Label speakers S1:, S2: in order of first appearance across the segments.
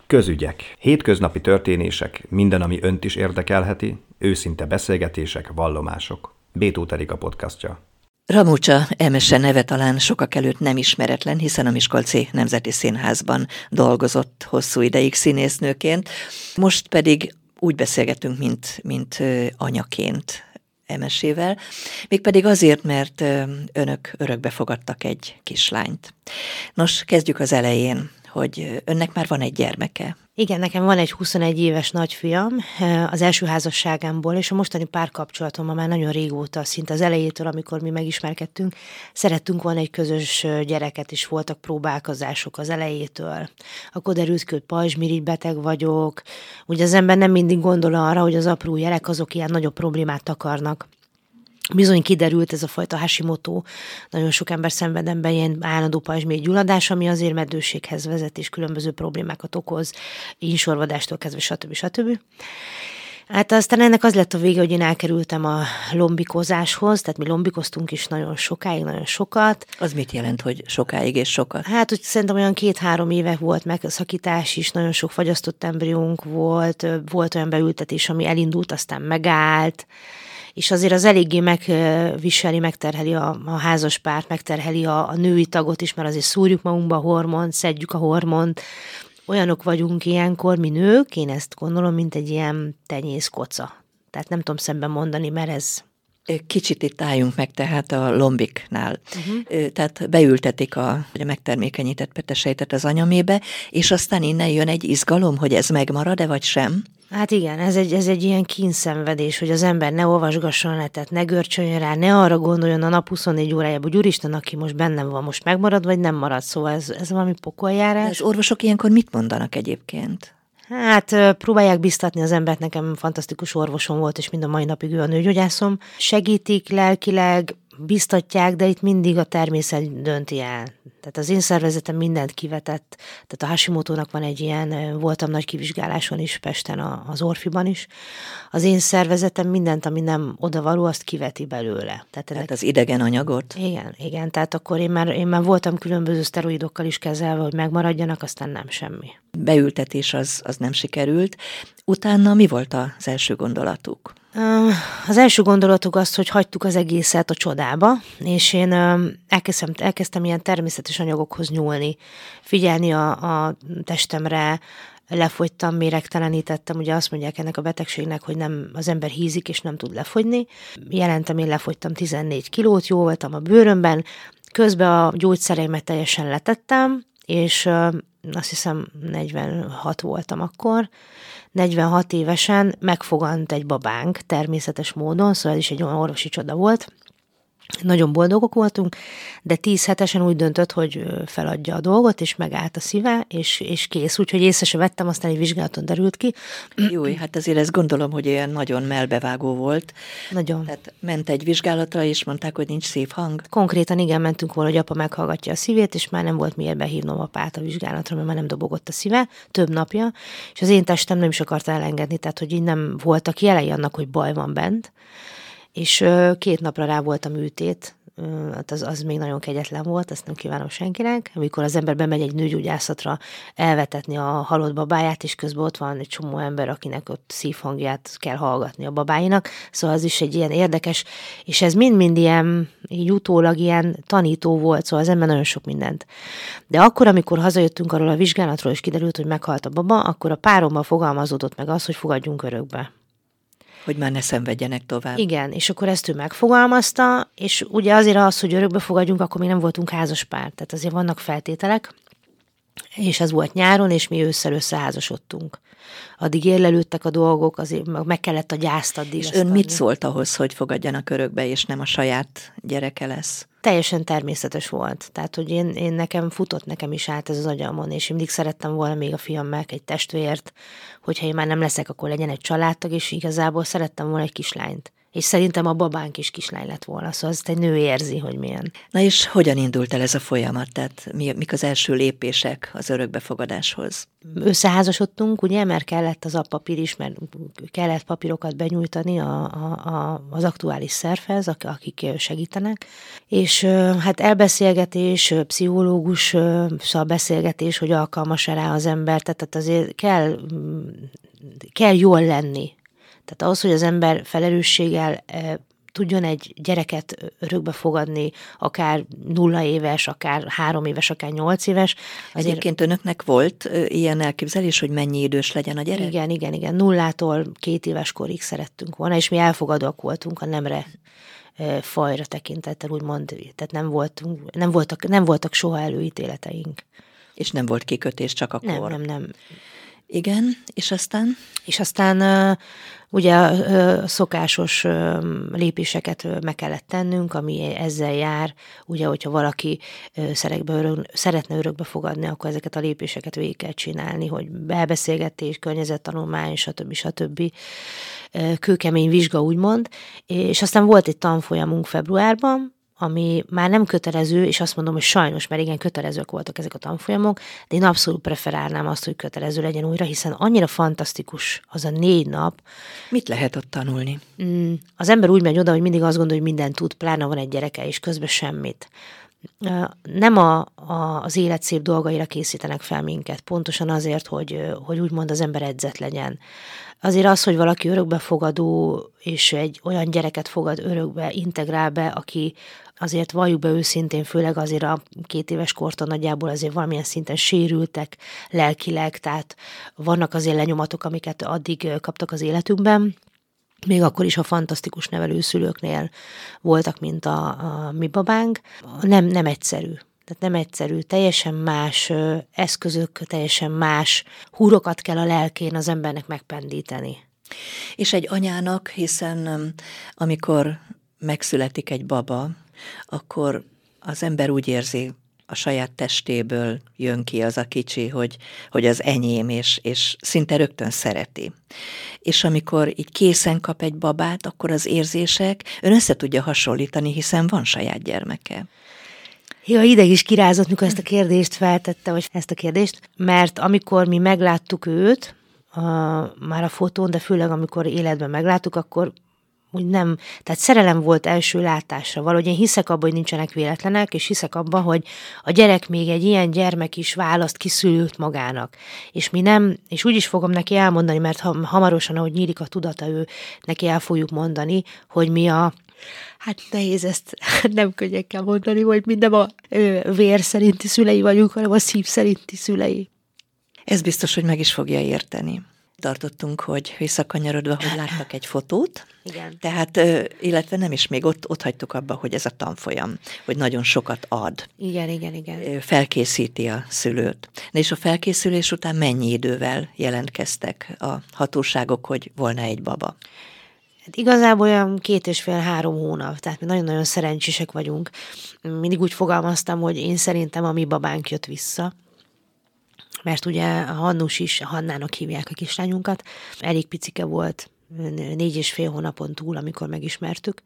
S1: Közügyek. Hétköznapi történések, minden, ami önt is érdekelheti, őszinte beszélgetések, vallomások. B. Tóth Erika podcastja.
S2: Ramucsa Emese neve talán sokak előtt nem ismeretlen, hiszen a Miskolci Nemzeti Színházban dolgozott hosszú ideig színésznőként. Most pedig úgy beszélgetünk, mint anyaként Emesével, mégpedig azért, mert önök örökbe fogadtak egy kislányt. Nos, kezdjük az elején, hogy önnek már van egy gyermeke.
S3: Igen, nekem van egy 21 éves nagyfiam az első házasságámból, és a mostani párkapcsolatomban már nagyon régóta, szinte az elejétől, amikor mi megismerkedtünk, szerettünk volna egy közös gyereket, és voltak próbálkozások az elejétől. Akkor derült ki, hogy pajzsmirigy beteg vagyok. Ugye az ember nem mindig gondol arra, hogy az apró jelek azok ilyen nagyobb problémát akarnak. Bizony kiderült ez a fajta Hashimoto, nagyon sok ember szenved ebben ilyen állandó pajzsmirigy gyulladás, ami az érmedőséghez vezet, és különböző problémákat okoz, ínsorvadástól kezdve, stb. Hát aztán ennek az lett a vége, hogy én elkerültem a lombikozáshoz, tehát mi lombikoztunk is nagyon sokáig, nagyon sokat.
S2: Az mit jelent, hogy sokáig és sokat?
S3: Hát úgy szerintem olyan 2-3 éve volt megszakítás is, nagyon sok fagyasztott embriónk volt olyan beültetés, ami elindult, aztán megállt, és azért az eléggé megterheli a házaspárt, megterheli a női tagot is, mert azért szúrjuk magunkba a hormont, szedjük a hormont. Olyanok vagyunk ilyenkor, mi nők, én ezt gondolom, mint egy ilyen tenyészkoca. Tehát nem tudom szemben mondani, mert ez...
S2: Kicsit itt álljunk meg tehát a lombiknál. Tehát beültetik a megtermékenyített petesejtet az anyamébe, és aztán innen jön egy izgalom, hogy ez megmarad-e vagy sem?
S3: Hát igen, ez egy ilyen kínszenvedés, hogy az ember ne olvasgasson le, tehát ne görcsöljön rá, ne arra gondoljon a nap 24 órájában, hogy úristen, aki most bennem van, most megmarad, vagy nem marad. Szóval ez valami pokoljárás.
S2: De az orvosok ilyenkor mit mondanak egyébként?
S3: Hát próbálják biztatni az embert, nekem fantasztikus orvosom volt, és mind a mai napig ő a nőgyógyászom. Segítik lelkileg, biztatják, de itt mindig a természet dönti el. Tehát az én szervezetem mindent kivetett. Tehát a Hashimotónak van egy ilyen, voltam nagy kivizsgáláson is Pesten, az Orfiban is. Az én szervezetem mindent, ami nem odavaló, azt kiveti belőle.
S2: Tehát az idegen anyagot?
S3: Igen. Tehát akkor én már voltam különböző szteroidokkal is kezelve, hogy megmaradjanak, aztán nem semmi.
S2: Beültetés az nem sikerült. Utána mi volt az első gondolatuk?
S3: Az első gondolatuk az, hogy hagytuk az egészet a csodába, és én elkezdtem ilyen természetes anyagokhoz nyúlni, figyelni a testemre, lefogytam, méregtelenítettem, ugye azt mondják ennek a betegségnek, hogy nem, az ember hízik és nem tud lefogyni. Jelentem, én lefogytam 14 kilót, jó voltam a bőrömben, közben a gyógyszereimet teljesen letettem, és azt hiszem 46 voltam akkor, 46 évesen megfogant egy babánk természetes módon, szóval ez is egy olyan orvosi csoda volt. Nagyon boldogok voltunk, de 10 hetesen úgy döntött, hogy feladja a dolgot, és megállt a szíve, és kész. Úgyhogy észre se vettem, aztán egy vizsgálaton derült ki.
S2: Jó, hát azért ezt gondolom, hogy ilyen nagyon mellbevágó volt.
S3: Nagyon.
S2: Tehát ment egy vizsgálatra, és mondták, hogy nincs szívhang.
S3: Konkrétan igen, mentünk volna, hogy apa meghallgatja a szívét, és már nem volt miért behívnom apát a vizsgálatra, mert már nem dobogott a szíve, több napja, és az én testem nem is akarta elengedni, tehát hogy így nem voltak jelei annak, hogy baj van bent. És 2 napra rá volt a műtét, hát az még nagyon kegyetlen volt, ezt nem kívánom senkinek. Amikor az ember bemegy egy nőgyógyászatra elvetetni a halott babáját, és közben ott van egy csomó ember, akinek ott szívhangját kell hallgatni a babáinak, szóval az is egy ilyen érdekes, és ez mind-mind ilyen, így utólag ilyen tanító volt, szóval az ember nagyon sok mindent. De akkor, amikor hazajöttünk arról a vizsgálatról, és kiderült, hogy meghalt a baba, akkor a párommal fogalmazódott meg az, hogy fogadjunk örökbe.
S2: Hogy már ne szenvedjenek tovább.
S3: Igen, és akkor ezt ő megfogalmazta, és ugye azért az, hogy örökbe fogadjunk, akkor még nem voltunk házaspár, tehát azért vannak feltételek, és ez volt nyáron, és mi ősszel összeházasodtunk. Addig érlelődtek a dolgok, azért meg kellett a gyászt addig.
S2: És ön mit szólt ahhoz, hogy fogadjanak örökbe, és nem a saját gyereke lesz?
S3: Teljesen természetes volt. Tehát, hogy én nekem futott, nekem is állt ez az agyamon, és én mindig szerettem volna még a fiamnak egy testvért, hogyha én már nem leszek, akkor legyen egy családtag, és igazából szerettem volna egy kislányt. És szerintem a babánk is kislány lett volna, szóval azt egy nő érzi, hogy milyen.
S2: Na és hogyan indult el ez a folyamat? Tehát mik az első lépések az örökbefogadáshoz?
S3: Összeházasodtunk, ugye, mert kellett az appapír is, mert kellett papírokat benyújtani az aktuális szervhez, akik segítenek, és hát elbeszélgetés, pszichológussal beszélgetés, hogy alkalmas rá az ember, tehát azért kell jól lenni. Tehát ahhoz, hogy az ember felelősséggel tudjon egy gyereket örökbe fogadni, akár 0 éves, akár 3 éves, akár 8 éves.
S2: Egyébként önöknek volt ilyen elképzelés, hogy mennyi idős legyen a gyerek?
S3: Igen. 0-tól 2 éves korig szerettünk volna, és mi elfogadóak voltunk a nemre, fajra tekintettel, úgymond, tehát nem voltak soha előítéleteink.
S2: És nem volt kikötés, csak a kor?
S3: Nem.
S2: Igen, és aztán? És aztán
S3: ugye a szokásos lépéseket meg kellett tennünk, ami ezzel jár, ugye, hogyha valaki szeretne örökbe fogadni, akkor ezeket a lépéseket végig kell csinálni, hogy belbeszélgetés, környezettanulmány, stb. Kőkemény vizsga, úgymond, és aztán volt egy tanfolyamunk februárban, ami már nem kötelező, és azt mondom, hogy sajnos, mert igen, kötelezők voltak ezek a tanfolyamok, de én abszolút preferálnám azt, hogy kötelező legyen újra, hiszen annyira fantasztikus az a 4 nap.
S2: Mit lehet ott tanulni?
S3: Az ember úgy megy oda, hogy mindig azt gondolja, hogy mindent tud, pláne van egy gyereke, és közben semmit. Nem az élet szép dolgaira készítenek fel minket, pontosan azért, hogy úgymond az ember edzett legyen. Azért az, hogy valaki örökbefogadó, és egy olyan gyereket fogad örökbe, integrál be, aki azért valljuk be őszintén, főleg azért a 2 éves kortól nagyjából azért valamilyen szinten sérültek lelkileg, tehát vannak azért lenyomatok, amiket addig kaptak az életükben, még akkor is a fantasztikus nevelőszülőknél voltak, mint a mi babánk. Nem egyszerű. Tehát nem egyszerű, teljesen más eszközök, teljesen más húrokat kell a lelkén az embernek megpendíteni.
S2: És egy anyának, hiszen amikor megszületik egy baba, akkor az ember úgy érzi, a saját testéből jön ki az a kicsi, hogy az enyém, és szinte rögtön szereti. És amikor így készen kap egy babát, akkor az érzések ön össze tudja hasonlítani, hiszen van saját gyermeke.
S3: Ja, ideg is kirázott, mikor ezt a kérdést feltette, vagy ezt a kérdést, mert amikor mi megláttuk őt, már a fotón, de főleg amikor életben megláttuk, akkor úgy nem, tehát szerelem volt első látásra. Valahogy én hiszek abban, hogy nincsenek véletlenek, és hiszek abban, hogy a gyerek még egy ilyen gyermek is választ kiszülőt magának. És mi nem, és úgy is fogom neki elmondani, mert hamarosan, ahogy nyílik a tudata, neki el fogjuk mondani, hogy mi hát nehéz ezt nem könnyekkel mondani, hogy mi nem a vér szerinti szülei vagyunk, hanem a szív szerinti szülei.
S2: Ez biztos, hogy meg is fogja érteni. Tartottunk, hogy visszakanyarodva, hogy láttak egy fotót.
S3: Igen.
S2: Tehát, illetve nem is még ott hagytuk abba, hogy ez a tanfolyam, hogy nagyon sokat ad.
S3: Igen.
S2: Felkészíti a szülőt. És a felkészülés után mennyi idővel jelentkeztek a hatóságok, hogy volna egy baba?
S3: Hát igazából olyan 2,5-3 hónap, tehát mi nagyon-nagyon szerencsések vagyunk. Mindig úgy fogalmaztam, hogy én szerintem a mi babánk jött vissza, mert ugye a Hannus is, Hannának hívják a kislányunkat, elég picike volt, 4,5 hónapon túl, amikor megismertük,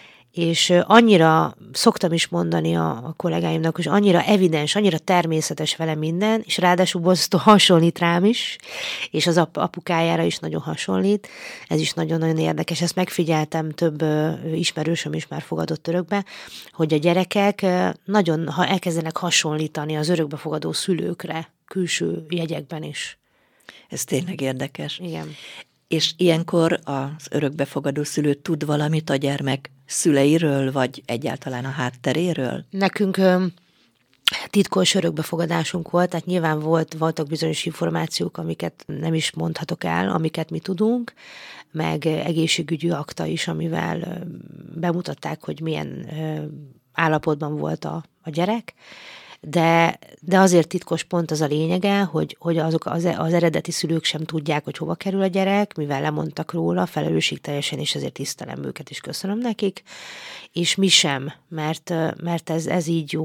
S3: és annyira szoktam is mondani a kollégáimnak, hogy annyira evidens, annyira természetes vele minden, és ráadásul borzasztó hasonlít rám is, és az apukájára is nagyon hasonlít. Ez is nagyon-nagyon érdekes. Ezt megfigyeltem, több ismerősöm is már fogadott örökbe, hogy a gyerekek nagyon elkezdenek hasonlítani az örökbefogadó szülőkre, külső jegyekben is.
S2: Ez tényleg érdekes.
S3: Igen.
S2: És ilyenkor az örökbefogadó szülő tud valamit a gyermek szüleiről, vagy egyáltalán a hátteréről?
S3: Nekünk titkos örökbefogadásunk volt, tehát nyilván voltak bizonyos információk, amiket nem is mondhatok el, amiket mi tudunk, meg egészségügyi akta is, amivel bemutatták, hogy milyen állapotban volt a gyerek, de azért titkos, pont az a lényege, hogy azok az eredeti szülők sem tudják, hogy hova kerül a gyerek, mivel lemondtak róla felelősségteljesen, és ezért tisztelem őket, és köszönöm nekik, és mi sem, mert ez így jó.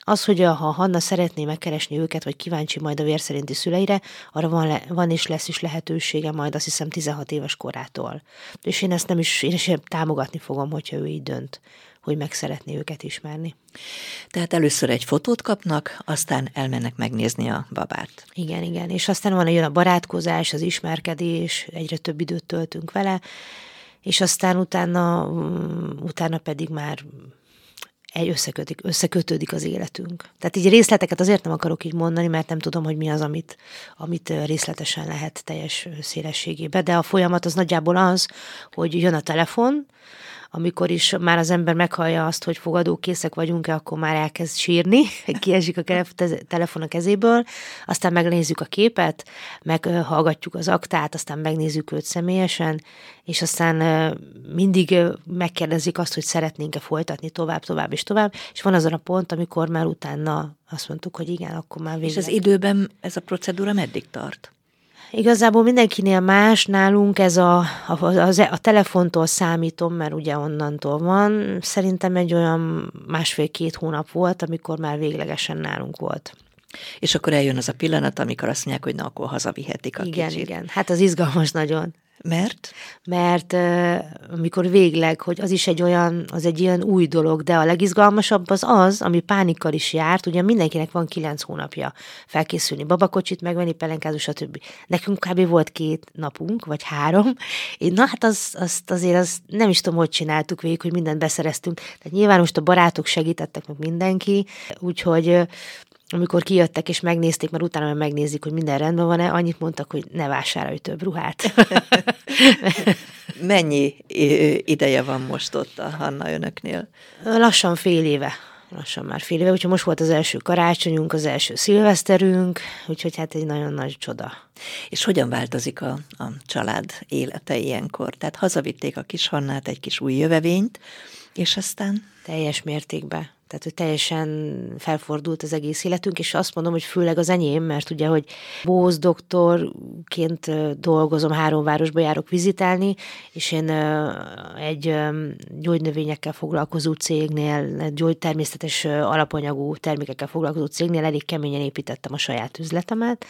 S3: Az, hogy ha Hanna szeretné megkeresni őket, vagy kíváncsi majd a vérszerinti szüleire, arra van és lesz is lehetősége majd, azt hiszem 16 éves korától. És én ezt én is támogatni fogom, hogyha ő így dönt, hogy meg szeretné őket ismerni.
S2: Tehát először egy fotót kapnak, aztán elmennek megnézni a babát.
S3: Igen, és aztán jön a barátkozás, az ismerkedés, egyre több időt töltünk vele, és aztán utána pedig már összekötődik az életünk. Tehát így részleteket azért nem akarok így mondani, mert nem tudom, hogy mi az, amit részletesen lehet teljes szélességében, de a folyamat az nagyjából az, hogy jön a telefon, amikor is már az ember meghallja azt, hogy fogadókészek vagyunk-e, akkor már elkezd sírni, kiesik a telefon a kezéből, aztán megnézzük a képet, meghallgatjuk az aktát, aztán megnézzük őt személyesen, és aztán mindig megkérdezik azt, hogy szeretnénk-e folytatni tovább, és van azon a pont, amikor már utána azt mondtuk, hogy igen, akkor már végleg.
S2: És az időben ez a procedúra meddig tart?
S3: Igazából mindenkinél más, nálunk ez a telefontól számítom, mert ugye onnantól van, szerintem egy olyan 1,5-2 hónap volt, amikor már véglegesen nálunk volt.
S2: És akkor eljön az a pillanat, amikor azt mondják, hogy na, akkor hazavihetik a kicsit.
S3: Igen, hát az izgalmas nagyon.
S2: Mert?
S3: Mert amikor végleg, hogy az is egy ilyen új dolog, de a legizgalmasabb az, ami pánikkal is járt, ugye mindenkinek van 9 hónapja felkészülni, babakocsit megvenni, pelenkázni, stb. Nekünk kb. Volt 2 napunk, vagy 3. Na hát azt nem is tudom, hogy csináltuk végig, hogy mindent beszereztünk. Tehát nyilván most a barátok segítettek, meg mindenki, úgyhogy amikor kijöttek és megnézték, mert utána megnézik, hogy minden rendben van-e, annyit mondtak, hogy ne vásárolj több ruhát.
S2: Mennyi ideje van most ott a Hanna önöknél?
S3: Lassan fél éve, úgyhogy most volt az első karácsonyunk, az első szilveszterünk, úgyhogy hát egy nagyon nagy csoda.
S2: És hogyan változik a család élete ilyenkor? Tehát hazavitték a kis Hannát, egy kis új jövevényt, és aztán?
S3: Teljes mértékben. Tehát, hogy teljesen felfordult az egész életünk, és azt mondom, hogy főleg az enyém, mert ugye, hogy Bóz doktorként dolgozom, 3 városba járok vizitálni, és én egy gyógynövényekkel foglalkozó cégnél, természetes alapanyagú termékekkel foglalkozó cégnél elég keményen építettem a saját üzletemet,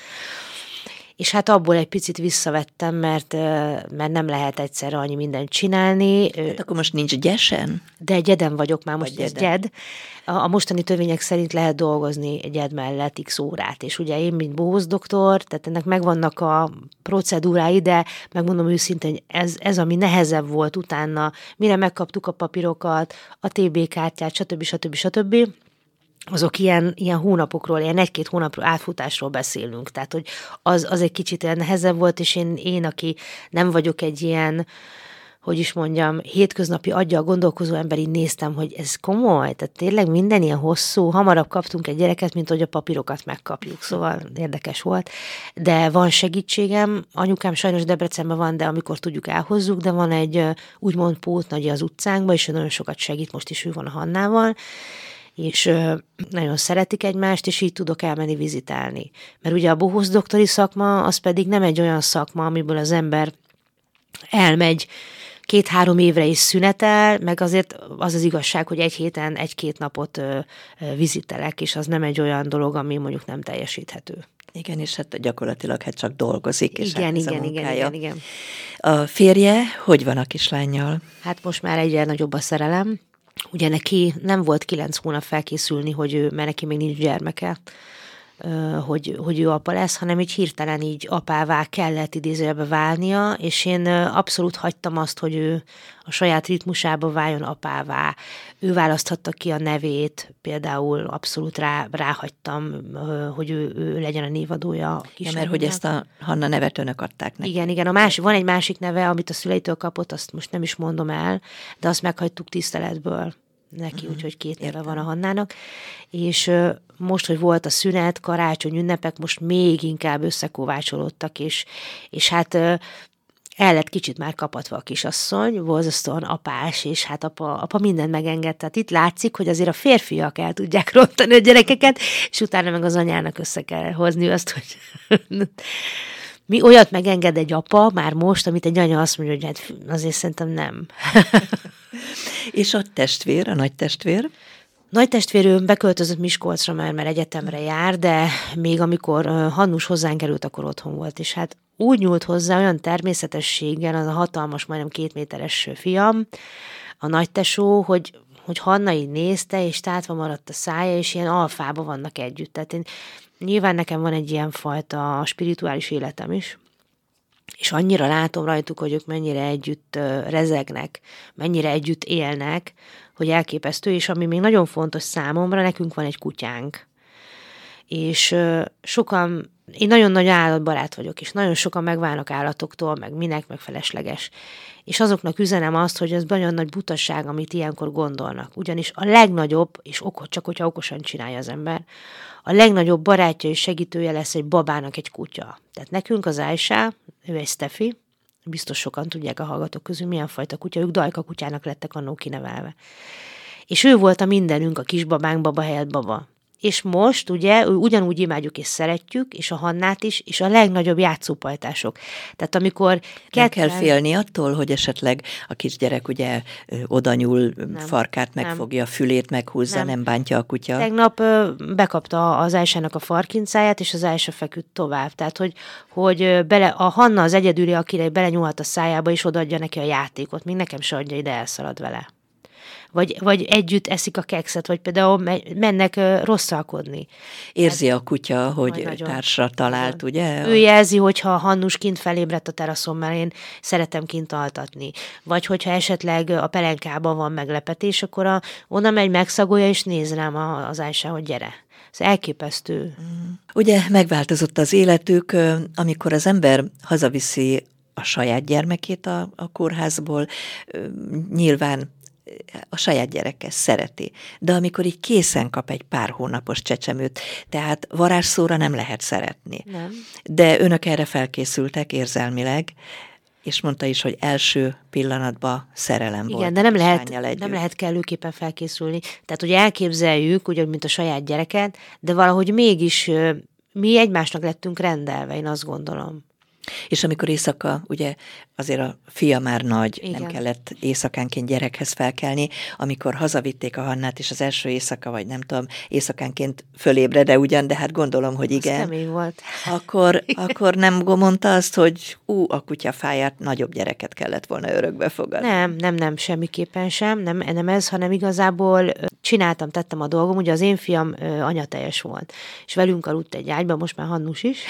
S3: és hát abból egy picit visszavettem, mert nem lehet egyszerre annyi mindent csinálni.
S2: Hát akkor most nincs gyesen?
S3: De gyeden vagyok már, most ez gyed. A mostani törvények szerint lehet dolgozni gyed mellett x órát, és ugye én, mint Bóz doktor, tehát ennek megvannak a procedúrái, de megmondom őszintén, hogy ez ami nehezebb volt utána, mire megkaptuk a papírokat, a TB kártyát, stb. Azok ilyen hónapokról, ilyen 1-2 hónapról átfutásról beszélünk. Tehát, hogy az egy kicsit olyan nehezebb volt, és én, aki nem vagyok egy ilyen, hogy is mondjam, hétköznapi aggyal gondolkozó ember, így néztem, hogy ez komoly, tehát tényleg minden ilyen hosszú, hamarabb kaptunk egy gyereket, mint hogy a papírokat megkapjuk, szóval érdekes volt. De van segítségem, anyukám sajnos Debrecenben van, de amikor tudjuk, elhozzuk, de van egy úgymond pótnagyi az utcánkban, és ő nagyon sokat segít, most is ő van a Hannával, és nagyon szeretik egymást, és így tudok elmenni vizitálni. Mert ugye a bohóz doktori szakma, az pedig nem egy olyan szakma, amiből az ember elmegy 2-3 évre is szünetel, meg azért az az igazság, hogy egy héten 1-2 napot vizitelek, és az nem egy olyan dolog, ami mondjuk nem teljesíthető.
S2: Igen, és hát gyakorlatilag csak dolgozik, és
S3: igen,
S2: hát ez
S3: igen,
S2: a munkája.
S3: Igen.
S2: A férje hogy van a kislánnyal?
S3: Hát most már egyre nagyobb a szerelem. Ugye neki nem volt 9 hónap felkészülni, mert neki még nincs gyermeke, hogy ő apa lesz, hanem így hirtelen így apává kellett idézőjelbe válnia, és én abszolút hagytam azt, hogy ő a saját ritmusába váljon apává. Ő választhatta ki a nevét, például abszolút ráhagytam, hogy ő legyen a névadója a
S2: kislánynak. Mert hogy ezt a Hanna nevet önök adták neki.
S3: Igen, van egy másik neve, amit a szüleitől kapott, azt most nem is mondom el, de azt meghagytuk tiszteletből neki, úgyhogy 2 neve van a Hannának, és most, hogy volt a szünet, karácsony, ünnepek, most még inkább összekovácsolódtak, és hát el lett kicsit már kapatva a kisasszony, borzasztóan apás, és hát apa mindent megengedte. Tehát itt látszik, hogy azért a férfiak el tudják rontani a gyerekeket, és utána meg az anyának össze kell hozni azt, hogy mi olyat megenged egy apa már most, amit egy anya azt mondja, hogy hát azért szerintem nem.
S2: És a testvér, a nagy testvér?
S3: Nagy testvérőm beköltözött Miskolcra, mert egyetemre jár, de még amikor Hannus hozzánk került, akkor otthon volt, és hát úgy nyúlt hozzá olyan természetességgel az a hatalmas, majdnem 2 méteres fiam, a nagytesó, hogy Hanna így nézte, és tátva maradt a szája, és ilyen alfába vannak együtt. Tehát nyilván nekem van egy ilyen fajta spirituális életem is, és annyira látom rajtuk, hogy ők mennyire együtt rezegnek, mennyire együtt élnek, hogy elképesztő, és ami még nagyon fontos számomra, nekünk van egy kutyánk. És sokan, én nagyon nagy állatbarát vagyok, és nagyon sokan megválnak állatoktól, meg minek, meg felesleges. És azoknak üzenem azt, hogy ez nagyon nagy butaság, amit ilyenkor gondolnak. Ugyanis a legnagyobb, és csak hogyha okosan csinálja az ember, a legnagyobb barátja és segítője lesz egy babának egy kutya. Tehát nekünk az Aisha, ő egy Steffi, biztos sokan tudják a hallgatók közül, milyen fajta kutya, ők Dajka kutyának lettek annó kinevelve. És ő volt a mindenünk, a kisbabánk, baba helyett baba. És most ugye ugyanúgy imádjuk és szeretjük, és a Hannát is, és a legnagyobb játszópajtások. Tehát amikor
S2: Nem kell félni attól, hogy esetleg a kisgyerek ugye oda nyúl, farkát megfogja, fülét meghúzza, nem bántja a kutya.
S3: Tegnap bekapta az Aishának a farkincáját, és az Aisha feküdt tovább. Tehát, hogy a Hanna az egyedüli, akire belenyúlhat a szájába, és odaadja neki a játékot. Még nekem se adja, ide elszalad vele. Vagy együtt eszik a kekszet, vagy például mennek rosszalkodni.
S2: Érzi a kutya, hogy társra talált, ugye?
S3: Ő jelzi, hogyha Hannus kint felébredt a teraszon, mert én szeretem kint altatni. Vagy hogyha esetleg a pelenkában van meglepetés, akkor oda megy, megszagolja, és néz rám az Aisha, hogy gyere. Ez elképesztő.
S2: Ugye megváltozott az életük, amikor az ember hazaviszi a saját gyermekét a kórházból, nyilván a saját gyereke szereti. De amikor így készen kap egy pár hónapos csecsemőt, tehát varázsszóra nem lehet szeretni.
S3: Nem.
S2: De önök erre felkészültek érzelmileg, és mondta is, hogy első pillanatban szerelem volt.
S3: Igen, de nem lehet kellőképpen felkészülni. Tehát, hogy elképzeljük, ugye, mint a saját gyereket, de valahogy mégis mi egymásnak lettünk rendelve, én azt gondolom.
S2: És amikor éjszaka, ugye azért a fia már nagy,
S3: igen,
S2: nem kellett éjszakánként gyerekhez felkelni, amikor hazavitték a Hannát, és az első éjszaka, vagy nem tudom, éjszakánként fölébred, de hát gondolom, hogy igen.
S3: Az kemény volt.
S2: Akkor nem mondta azt, hogy a kutyafáját nagyobb gyereket kellett volna örökbe fogadni.
S3: Nem, semmiképpen sem, nem ez, hanem igazából tettem a dolgom, ugye az én fiam anyateljes volt, és velünk aludt egy ágyban, most már Hannus is,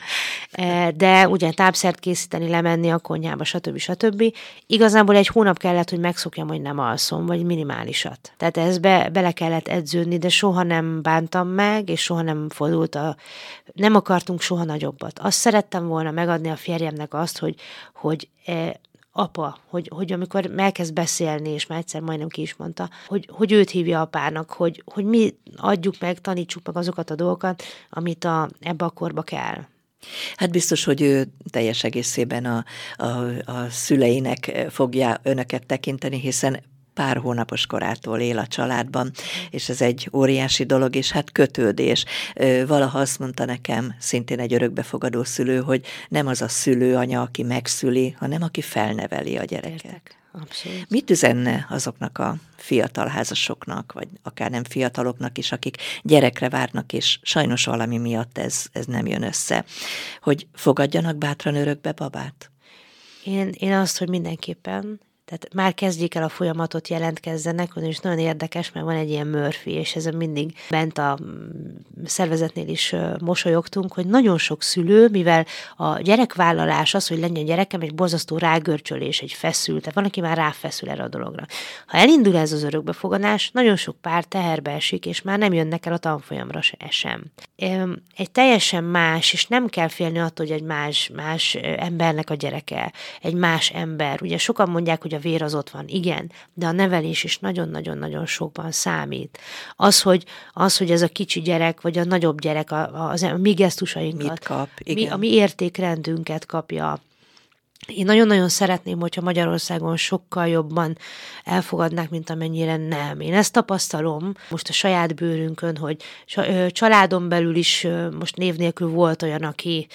S3: de ugye tápszert készíteni, lemenni a konyhába, stb. Igazából egy hónap kellett, hogy megszokjam, hogy nem alszom, vagy minimálisat. Tehát ez bele kellett edződni, de soha nem bántam meg, és soha nem fordult nem akartunk soha nagyobbat. Azt szerettem volna megadni a férjemnek azt, hogy apa, hogy amikor elkezd beszélni, és már egyszer majdnem ki is mondta, hogy őt hívja apának, hogy mi adjuk meg, tanítsuk meg azokat a dolgokat, amit ebbe a korba kell.
S2: Hát biztos, hogy ő teljes egészében a szüleinek fogja önöket tekinteni, hiszen pár hónapos korától él a családban, és ez egy óriási dolog, és hát kötődés. Valaha azt mondta nekem, szintén egy örökbefogadó szülő, hogy nem az a szülőanya, aki megszüli, hanem aki felneveli a gyereket.
S3: Értek. Abszolút.
S2: Mit üzenne azoknak a fiatal házasoknak, vagy akár nem fiataloknak is, akik gyerekre várnak, és sajnos valami miatt ez nem jön össze, hogy fogadjanak bátran örökbe babát?
S3: Én azt, hogy mindenképpen, tehát már kezdjék el a folyamatot, jelentkezzenek, és nagyon érdekes, mert van egy ilyen Murphy, és ezen mindig bent a szervezetnél is mosolyogtunk, hogy nagyon sok szülő, mivel a gyerekvállalás az, hogy legyen gyerekem, egy borzasztó rágörcsölés, egy feszül, tehát van, aki már ráfeszül erre a dologra. Ha elindul ez az örökbefogadás, nagyon sok pár teherbe esik, és már nem jönnek el a tanfolyamra sem. Egy teljesen más, és nem kell félni attól, hogy egy más embernek a gyereke, egy más ember. Ugye sokan mondják, hogy a vér az ott van, igen, de a nevelés is nagyon-nagyon-nagyon sokban számít. Az, hogy ez a kicsi gyerek, vagy a nagyobb gyerek a mi gesztusainkat,
S2: mit kap, igen.
S3: A mi értékrendünket kapja, Én nagyon-nagyon szeretném, hogyha Magyarországon sokkal jobban elfogadnák, mint amennyire nem. Én ezt tapasztalom most a saját bőrünkön, hogy családon belül is most név nélkül volt olyan, aki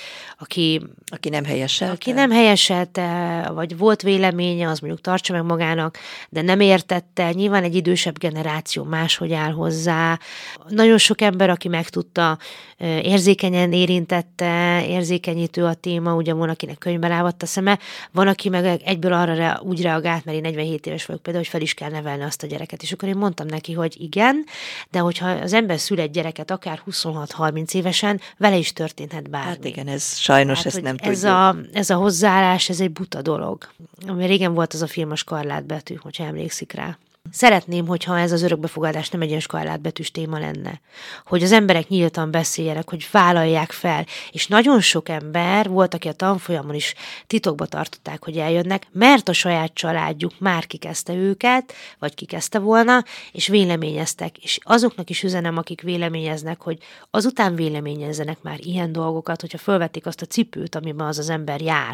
S2: nem helyeselte.
S3: Aki nem helyeselte, vagy volt véleménye, az mondjuk tartsa meg magának, de nem értette. Nyilván egy idősebb generáció máshogy áll hozzá. Nagyon sok ember, aki megtudta, érzékenyen érintette, érzékenyítő a téma, ugye van, akinek könyvbe lábadt a szeme, van, aki meg egyből arra úgy reagált, mert én 47 éves vagyok például, hogy fel is kell nevelni azt a gyereket. És akkor én mondtam neki, hogy igen, de hogyha az ember szül egy gyereket akár 26-30 évesen, vele is történhet bármi.
S2: Hát igen, ez sajnos ezt nem tudjuk.
S3: Ez a hozzáállás, ez egy buta dolog. Ami régen volt az a film a skarlátbetű, hogyha emlékszik rá. Szeretném, hogyha ez az örökbefogadás nem egy ilyen skarlátbetűs téma lenne. Hogy az emberek nyíltan beszéljenek, hogy vállalják fel. És nagyon sok ember volt, aki a tanfolyamon is titokba tartották, hogy eljönnek, mert a saját családjuk már kikezdte őket, vagy kikezdte volna, és véleményeztek. És azoknak is üzenem, akik véleményeznek, hogy azután véleményezzenek már ilyen dolgokat, hogyha fölvették azt a cipőt, amiben az ember jár.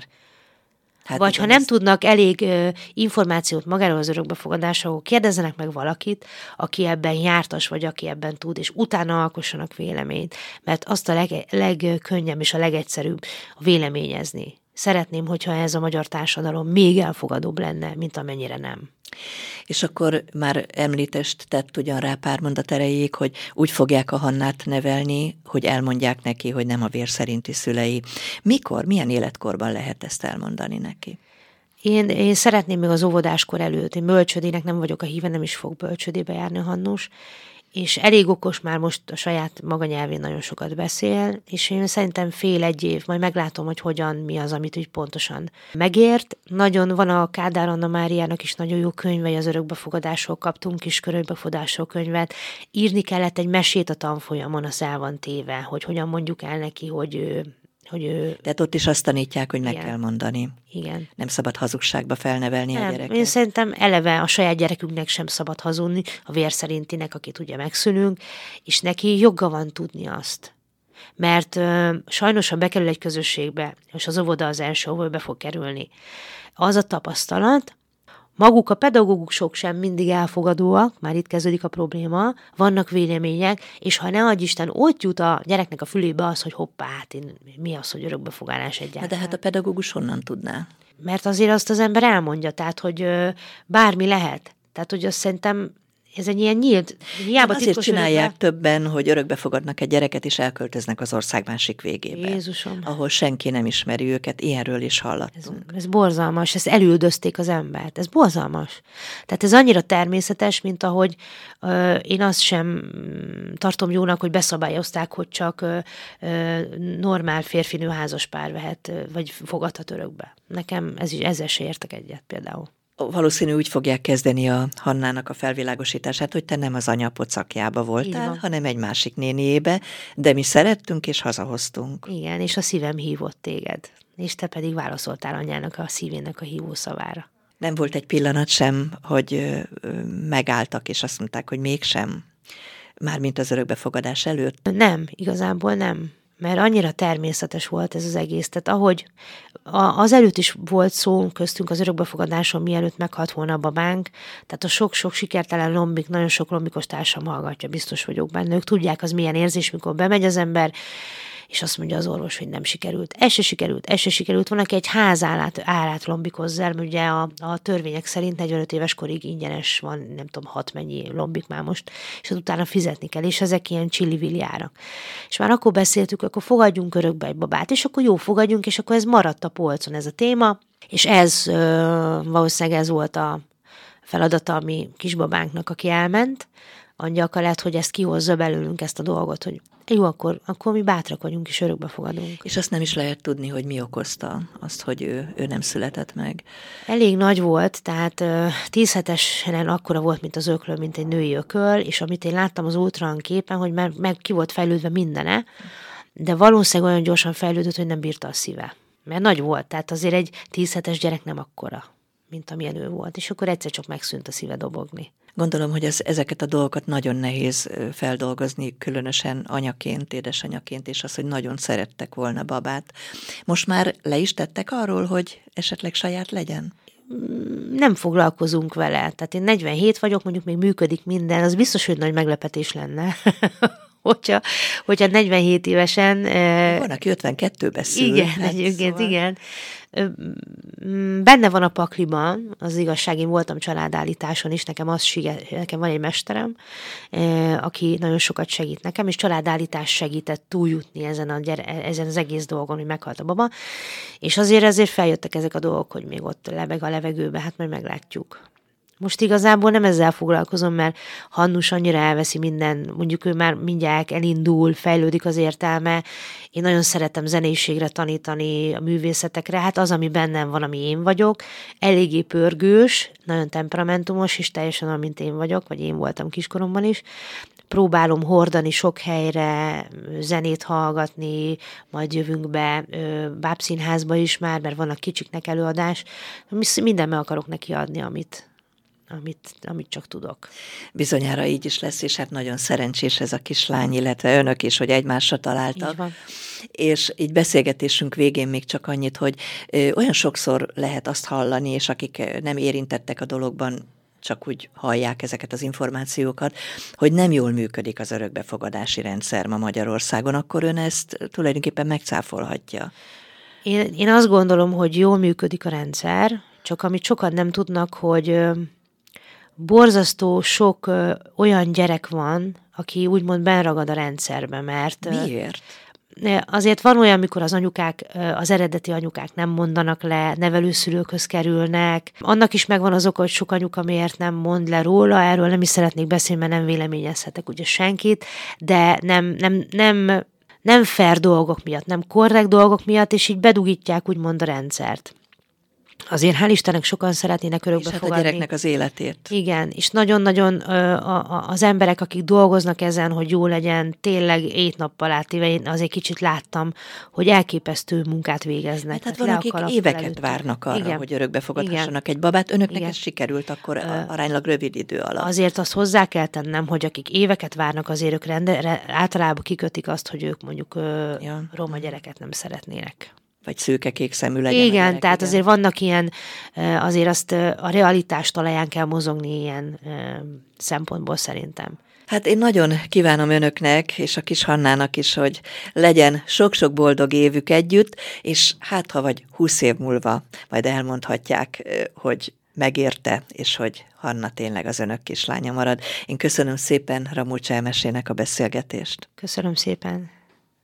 S3: Hát vagy igen, ha nem tudnak elég információt magáról az örökbefogadásról, kérdezzenek meg valakit, aki ebben jártas, vagy aki ebben tud, és utána alkossanak véleményt, mert azt a legkönnyebb és a legegyszerűbb véleményezni. Szeretném, hogyha ez a magyar társadalom még elfogadóbb lenne, mint amennyire nem.
S2: És akkor már említést tett ugyan rá pár mondat erejéig, hogy úgy fogják a Hannát nevelni, hogy elmondják neki, hogy nem a vér szerinti szülei. Mikor, milyen életkorban lehet ezt elmondani neki?
S3: Én szeretném még az óvodáskor előtt. Én bölcsődének nem vagyok a híve, nem is fog bölcsődébe járni a Hannus, és elég okos, már most a saját maga nyelvén nagyon sokat beszél, és én szerintem fél-egy év, majd meglátom, hogy hogyan, mi az, amit úgy pontosan megért. Nagyon van a Kádár Anna Máriának is nagyon jó könyvei az örökbefogadásról, kaptunk is örökbefogadásról könyvet. Írni kellett egy mesét a tanfolyamon, az el van téve, hogy hogyan mondjuk el neki, hogy ő...
S2: Tehát ott is azt tanítják, hogy meg kell mondani.
S3: Igen.
S2: Nem szabad hazugságba felnevelni a gyereket.
S3: Én szerintem eleve a saját gyerekünknek sem szabad hazudni, a vér szerintinek, akit ugye megszülünk, és neki joga van tudni azt. Mert sajnos, ha bekerül egy közösségbe, és az óvoda az első, ahol be fog kerülni, az a tapasztalat, maguk a pedagógusok sem mindig elfogadóak, már itt kezdődik a probléma, vannak vélemények, és ha ne adj Isten, ott jut a gyereknek a fülébe az, hogy hoppá, hát mi az, hogy örökbefogadás egyáltalán.
S2: De hát a pedagógus honnan tudná?
S3: Mert azért azt az ember elmondja, tehát, hogy bármi lehet. Tehát, hogy azt szerintem ez egy ilyen nyílt, hiába
S2: azért csinálják többen, hogy örökbefogadnak egy gyereket, és elköltöznek az ország másik végébe.
S3: Jézusom.
S2: Ahol senki nem ismeri őket, ilyenről is hallottunk.
S3: Ez borzalmas, ezt elüldözték az embert. Ez borzalmas. Tehát ez annyira természetes, mint ahogy én azt sem tartom jónak, hogy beszabályozták, hogy csak normál férfinő házas pár vehet, vagy fogadhat örökbe. Nekem ezzel se értek egyet például.
S2: Valószínű úgy fogják kezdeni a Hannának a felvilágosítását, hogy te nem az anya pocakjába voltál, hanem egy másik néniébe, de mi szerettünk és hazahoztunk.
S3: Igen, és a szívem hívott téged, és te pedig válaszoltál anyának a szívének a hívószavára.
S2: Nem volt egy pillanat sem, hogy megálltak, és azt mondták, hogy mégsem, mármint az örökbefogadás előtt?
S3: Nem, igazából nem. Mert annyira természetes volt ez az egész. Tehát ahogy azelőtt is volt szó köztünk az örökbefogadáson, mielőtt meghalt volna a babánk, tehát a sok-sok sikertelen lombik, nagyon sok lombikos társam hallgatja, biztos vagyok benne. Ők tudják, az milyen érzés, mikor bemegy az ember, és azt mondja az orvos, hogy nem sikerült. Ez se sikerült. Van, aki egy ház árát lombikozza, mert ugye a törvények szerint 45 éves korig ingyenes van, nem tudom, 6 mennyi lombik már most, és utána fizetni kell, és ezek ilyen csillivilli árak. És már akkor beszéltük, akkor fogadjunk örökbe egy babát, és akkor jó, fogadjunk, és akkor ez maradt a polcon ez a téma, és ez valószínűleg ez volt a feladata a mi kisbabánknak, aki elment, angyalka lett, hogy ezt kihozza belőlünk ezt a dolgot, hogy jó, akkor mi bátrak vagyunk, és örökbe fogadunk.
S2: És azt nem is lehet tudni, hogy mi okozta azt, hogy ő nem született meg.
S3: Elég nagy volt, tehát 10 hetesen akkora volt, mint az öklő, mint egy női ököl, és amit én láttam az ultran képen, hogy meg ki volt fejlődve mindene, de valószínűleg olyan gyorsan fejlődött, hogy nem bírta a szíve. Mert nagy volt, tehát azért egy 10 hetes gyerek nem akkora, mint amilyen ő volt. És akkor egyszer csak megszűnt a szíve dobogni.
S2: Gondolom, hogy ezeket a dolgokat nagyon nehéz feldolgozni, különösen anyaként, édesanyaként, és az, hogy nagyon szerettek volna babát. Most már le is tettek arról, hogy esetleg saját legyen?
S3: Nem foglalkozunk vele. Tehát én 47 vagyok, mondjuk még működik minden, az biztos, hogy nagy meglepetés lenne, hogyha 47 évesen...
S2: Van, aki 52-be szül.
S3: Igen, egyébként szóval... igen. Benne van a pakliban, az igazság, én voltam családállításon is, nekem van egy mesterem, aki nagyon sokat segít nekem, és családállítás segített túljutni ezen az egész dolgon, hogy meghalt a baba, és azért feljöttek ezek a dolgok, hogy még ott lebeg a levegőbe, hát majd meglátjuk. Most igazából nem ezzel foglalkozom, mert Hannus annyira elveszi minden, mondjuk ő már mindjárt elindul, fejlődik az értelme. Én nagyon szeretem zenészségre tanítani, a művészetekre, hát az, ami bennem van, ami én vagyok, eléggé pörgős, nagyon temperamentumos, és teljesen olyan, mint én vagyok, vagy én voltam kiskoromban is. Próbálom hordani sok helyre, zenét hallgatni, majd jövünk be bábszínházba is már, mert vannak kicsiknek előadás. Minden meg akarok neki adni, amit csak tudok.
S2: Bizonyára így is lesz, és hát nagyon szerencsés ez a kislány, illetve önök is, hogy egymásra találtak.
S3: Így van.
S2: És így beszélgetésünk végén még csak annyit, hogy olyan sokszor lehet azt hallani, és akik nem érintettek a dologban, csak úgy hallják ezeket az információkat, hogy nem jól működik az örökbefogadási rendszer ma Magyarországon, akkor ön ezt tulajdonképpen megcáfolhatja.
S3: Én azt gondolom, hogy jól működik a rendszer, csak amit sokan nem tudnak, hogy borzasztó sok olyan gyerek van, aki úgymond benragad a rendszerbe, mert...
S2: Miért?
S3: Azért van olyan, amikor az anyukák, az eredeti anyukák nem mondanak le, nevelőszülőkhöz kerülnek. Annak is megvan az oka, hogy sok anyuka miért nem mond le róla, erről nem is szeretnék beszélni, mert nem véleményezhetek ugye senkit, de nem fair dolgok miatt, nem korrekt dolgok miatt, és így bedugítják úgymond a rendszert. Azért hál' Istennek sokan szeretnének örökbe fogadni.
S2: És hát a gyereknek az életét.
S3: Igen, és nagyon-nagyon az emberek, akik dolgoznak ezen, hogy jó legyen, tényleg 7 nappal átéve, én azért kicsit láttam, hogy elképesztő munkát végeznek.
S2: Hát van, akik éveket várnak arra, igen, hogy örökbe fogadhassanak egy babát. Önöknek ez sikerült akkor aránylag rövid idő alatt.
S3: Azért azt hozzá kell tennem, hogy akik éveket várnak, azért ők általában kikötik azt, hogy ők mondjuk roma gyereket nem szeretnének.
S2: Vagy szőke-kék szemű legyen.
S3: Igen, tehát azért vannak ilyen, azért azt a realitás talaján kell mozogni ilyen szempontból szerintem.
S2: Hát én nagyon kívánom önöknek, és a kis Hannának is, hogy legyen sok-sok boldog évük együtt, és hát ha vagy 20 év múlva majd elmondhatják, hogy megérte, és hogy Hanna tényleg az önök kislánya marad. Én köszönöm szépen Ramulcsa Emesének a beszélgetést.
S3: Köszönöm szépen.